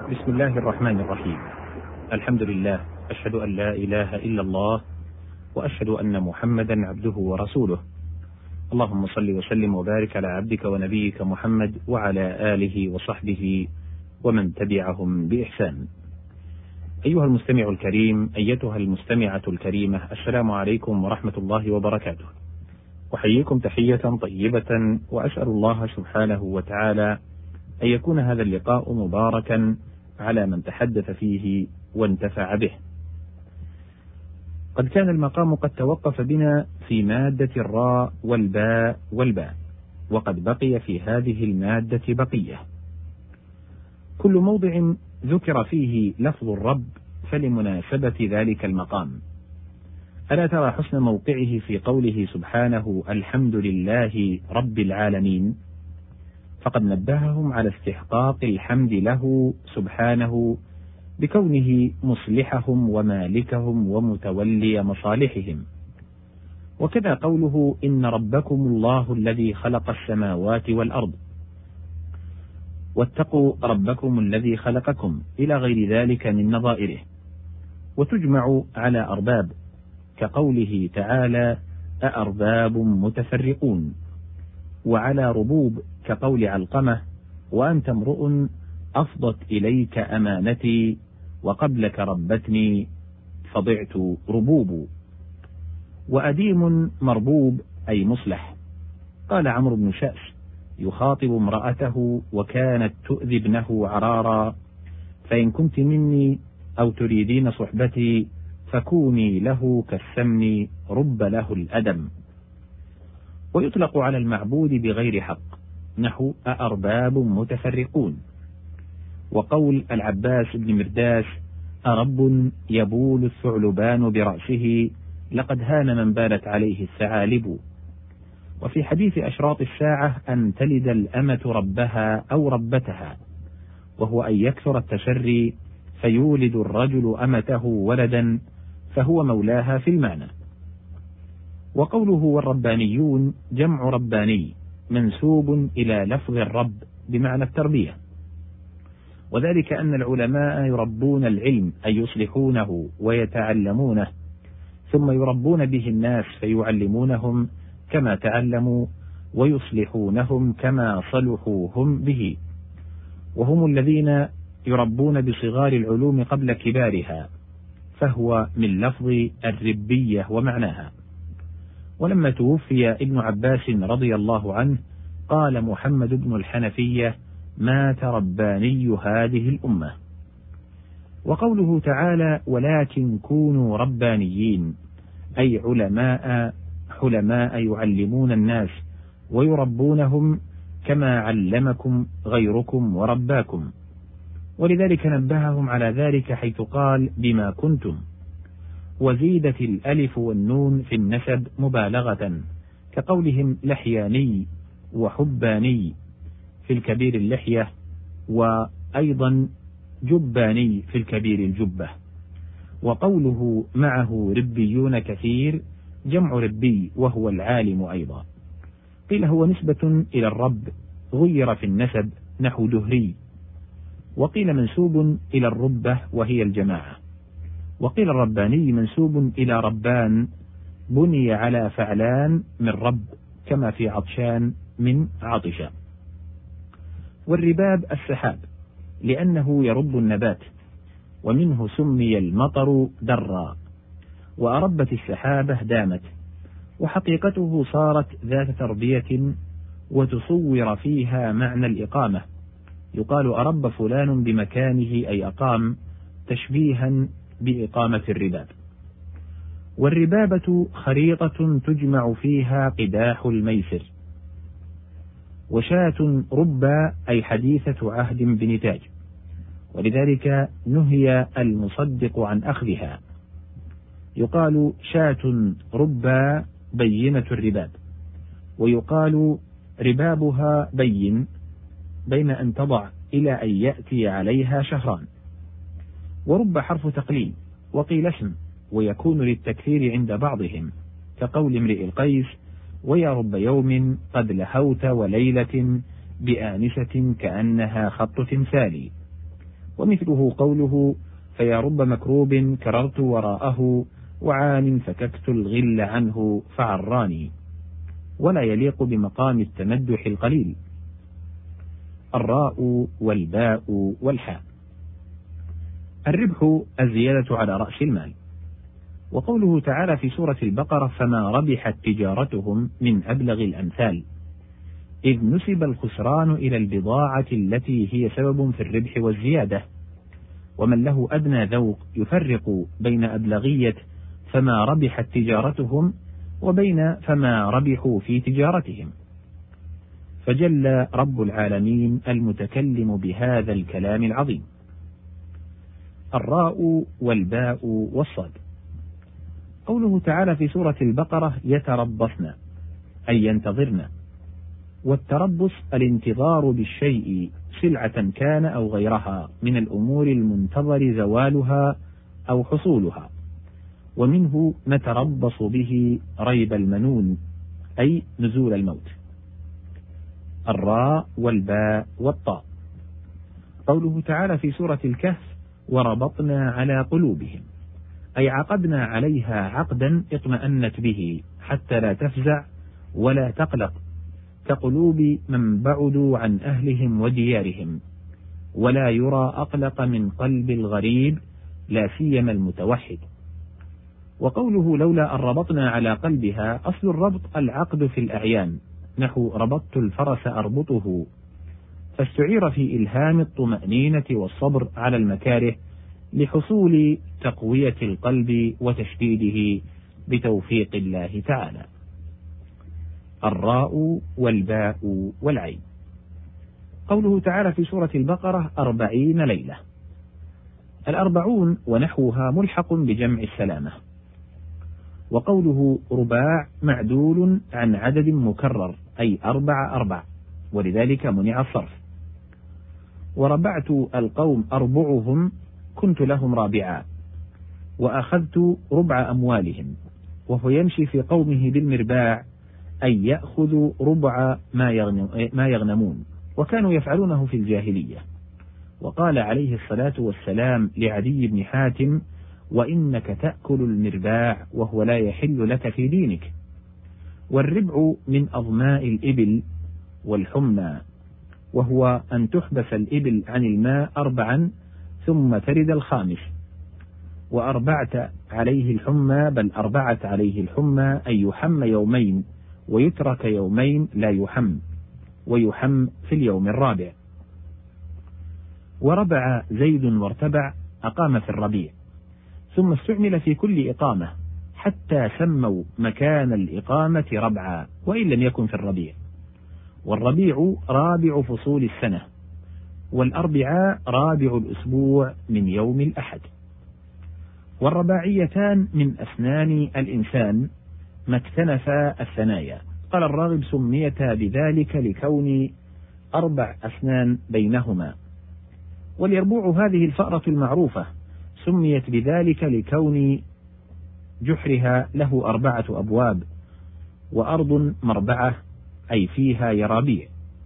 بسم الله الرحمن الرحيم. الحمد لله، أشهد أن لا إله إلا الله، وأشهد أن محمدا عبده ورسوله. اللهم صل وسلم وبارك على عبدك ونبيك محمد وعلى آله وصحبه ومن تبعهم بإحسان. أيها المستمع الكريم، أيتها المستمعة الكريمة، السلام عليكم ورحمة الله وبركاته. أحييكم تحية طيبة، وأسأل الله سبحانه وتعالى أن يكون هذا اللقاء مباركا على من تحدث فيه وانتفع به. قد كان المقام قد توقف بنا في مادة الراء والباء، وقد بقي في هذه المادة بقية. كل موضع ذكر فيه لفظ الرب فلمناسبة ذلك المقام. ألا ترى حسن موقعه في قوله سبحانه الحمد لله رب العالمين؟ فقد نبههم على استحقاق الحمد له سبحانه بكونه مصلحهم ومالكهم ومتولي مصالحهم. وكذا قوله إن ربكم الله الذي خلق السماوات والأرض واتقوا ربكم الذي خلقكم إلى غير ذلك من نظائره. وتجمع على أرباب كقوله تعالى أأرباب متفرقون، وعلى ربوب كقول علقمة وأنت امرؤ أفضت إليك أمانتي وقبلك ربتني فضعت ربوب. وأديم مربوب أي مصلح. قال عمرو بن شأس يخاطب امرأته وكانت تؤذي ابنه عرارا فإن كنت مني أو تريدين صحبتي فكوني له كالسمن رب له الأدم. ويطلق على المعبود بغير حق نحو أأرباب متفرقون. وقول العباس بن مرداس أرب يبول الثعلبان برأسه لقد هان من بالت عليه الثعالب. وفي حديث أشراط الساعة أن تلد الأمة ربها أو ربتها، وهو أن يكثر التشري فيولد الرجل أمته ولدا فهو مولاها في المعنى. وقوله والربانيون جمع رباني منسوب إلى لفظ الرب بمعنى التربية، وذلك أن العلماء يربون العلم أي يصلحونه ويتعلمونه، ثم يربون به الناس فيعلمونهم كما تعلموا ويصلحونهم كما صلحوا هم به، وهم الذين يربون بصغار العلوم قبل كبارها، فهو من لفظ الربية ومعناها. ولما توفي ابن عباس رضي الله عنه قال محمد بن الحنفية مات رباني هذه الأمة. وقوله تعالى ولكن كونوا ربانيين أي حلماء يعلمون الناس ويربونهم كما علمكم غيركم ورباكم. ولذلك نبههم على ذلك حيث قال بما كنتم. وزيدت الألف والنون في النسب مبالغة كقولهم لحياني وحباني في الكبير اللحية، وأيضا جباني في الكبير الجبة. وقوله معه ربيون كثير جمع ربي وهو العالم أيضا. قيل هو نسبة إلى الرب غير في النسب نحو دهري، وقيل منسوب إلى الربة وهي الجماعة، وقيل الرباني منسوب إلى ربان بني على فعلان من رب كما في عطشان من عطشة. والرباب السحاب لأنه يرب النبات، ومنه سمي المطر درا. وأربت السحابة دامت، وحقيقته صارت ذات تربية وتصور فيها معنى الإقامة. يقال أرب فلان بمكانه أي أقام، تشبيها بإقامة الرباب. والربابة خريطة تجمع فيها قداح الميسر. وشاة ربا أي حديثة عهد بنتاج، ولذلك نهي المصدق عن أخذها. يقال شاة ربا بينة الرباب، ويقال ربابها بين أن تضع إلى أن يأتي عليها شهران. ورب حرف تقليل، وقيل اسم، ويكون للتكثير عند بعضهم كقول امرئ القيس ويا رب يوم قد لهوت وليلة بآنسة كأنها خط تمثال. ومثله قوله: فيا رب مكروب كررت وراءه وعان فككت الغل عنه فعراني، ولا يليق بمقام التمدح القليل. الراء والباء والحاء. الربح الزيادة على رأس المال. وقوله تعالى في سورة البقرة: فما ربحت تجارتهم، من أبلغ الأمثال، إذ نسب الخسران إلى البضاعة التي هي سبب في الربح والزيادة، ومن له أدنى ذوق يفرق بين أبلغية فما ربحت تجارتهم وبين فما ربحوا في تجارتهم، فجل رب العالمين المتكلم بهذا الكلام العظيم. الراء والباء والصاد. قوله تعالى في سورة البقرة: يتربصن، أي ينتظرن. والتربص الانتظار بالشيء سلعة كان أو غيرها من الأمور المنتظر زوالها أو حصولها، ومنه نتربص به ريب المنون، أي نزول الموت. الراء والباء والطاء. قوله تعالى في سورة الكهف: وربطنا على قلوبهم، أي عقدنا عليها عقدا اطمأنت به حتى لا تفزع ولا تقلق، كقلوب من بعدوا عن أهلهم وديارهم، ولا يرى أقلق من قلب الغريب لا سيما المتوحد. وقوله: لولا أن ربطنا على قلبها، أصل الربط العقد في الأعيان، نحو ربطت الفرس أربطه، فاستعير في إلهام الطمأنينة والصبر على المكاره لحصول تقوية القلب وتشديده بتوفيق الله تعالى. الراء والباء والعين. قوله تعالى في سورة البقرة: 40 ليلة. 40 ونحوها ملحق بجمع السلامة. وقوله رباع معدول عن عدد مكرر، أي 4 ولذلك منع الصرف. وربعت القوم أربعهم، كنت لهم رابعا، وأخذت ربع أموالهم، وهو يمشي في قومه بالمرباع، أي يأخذ ربع ما يغنمون، وكانوا يفعلونه في الجاهلية. وقال عليه الصلاة والسلام لعدي بن حاتم: وإنك تأكل المرباع وهو لا يحل لك في دينك. والربع من أظماء الإبل والحمى، وهو أن تحبس الإبل عن الماء 4 ثم ترد الخامس. وأربعت عليه الحمى، بل أربعت عليه الحمى، أي يحم يومين ويترك يومين لا يحم، ويحم في اليوم الرابع. وربع زيد وارتبع، أقام في الربيع، ثم استعمل في كل إقامة حتى سموا مكان الإقامة ربعا، وإن لم يكن في الربيع. والربيع رابع فصول السنة، والأربعاء رابع الأسبوع من يوم الأحد. والرباعيتان من أسنان الإنسان ما اكتنفا الثنايا. قال الراغب: سميتا بذلك لكون 4 أسنان بينهما. واليربوع هذه الفأرة المعروفة سميت بذلك لكون جحرها له 4 أبواب، وأرض مربعة، أي فيها يرابيع.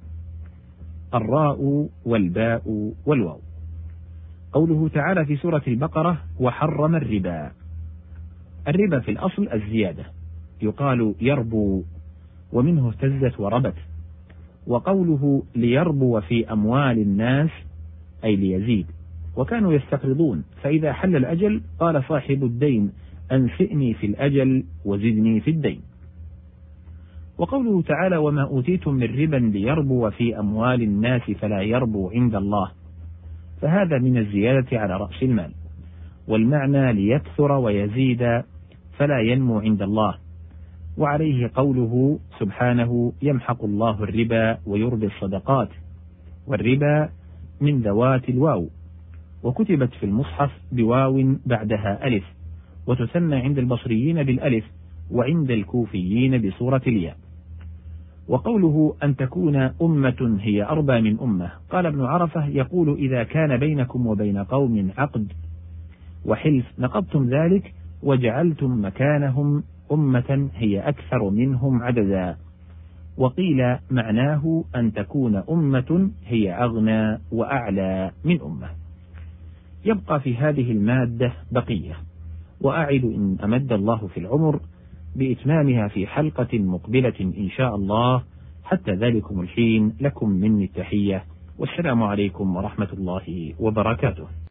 الراء والباء والواو. قوله تعالى في سورة البقرة: وحرم الربا. الربا في الأصل الزيادة، يقال يربو، ومنه اهتزت وربت. وقوله ليربو في أموال الناس، أي ليزيد. وكانوا يستقرضون، فإذا حل الأجل قال صاحب الدين: أنسئني في الأجل وزدني في الدين. وقوله تعالى: وما أوتيتم من ربا ليربو في أموال الناس فلا يربو عند الله، فهذا من الزيادة على رأس المال، والمعنى ليكثر ويزيد فلا ينمو عند الله. وعليه قوله سبحانه: يمحق الله الربا ويربي الصدقات. والربا من ذوات الواو، وكتبت في المصحف بواو بعدها ألف، وتثنى عند البصريين بالألف، وعند الكوفيين بصورة الياء. وقوله أن تكون أمة هي أربى من أمة، قال ابن عرفة: يقول إذا كان بينكم وبين قوم عقد وحلف نقضتم ذلك وجعلتم مكانهم أمة هي أكثر منهم عددا. وقيل معناه أن تكون أمة هي أغنى وأعلى من أمة. يبقى في هذه المادة بقية، وأعد إن أمد الله في العمر بإتمامها في حلقة مقبلة إن شاء الله. حتى ذلكم الحين لكم مني التحية، والسلام عليكم ورحمة الله وبركاته.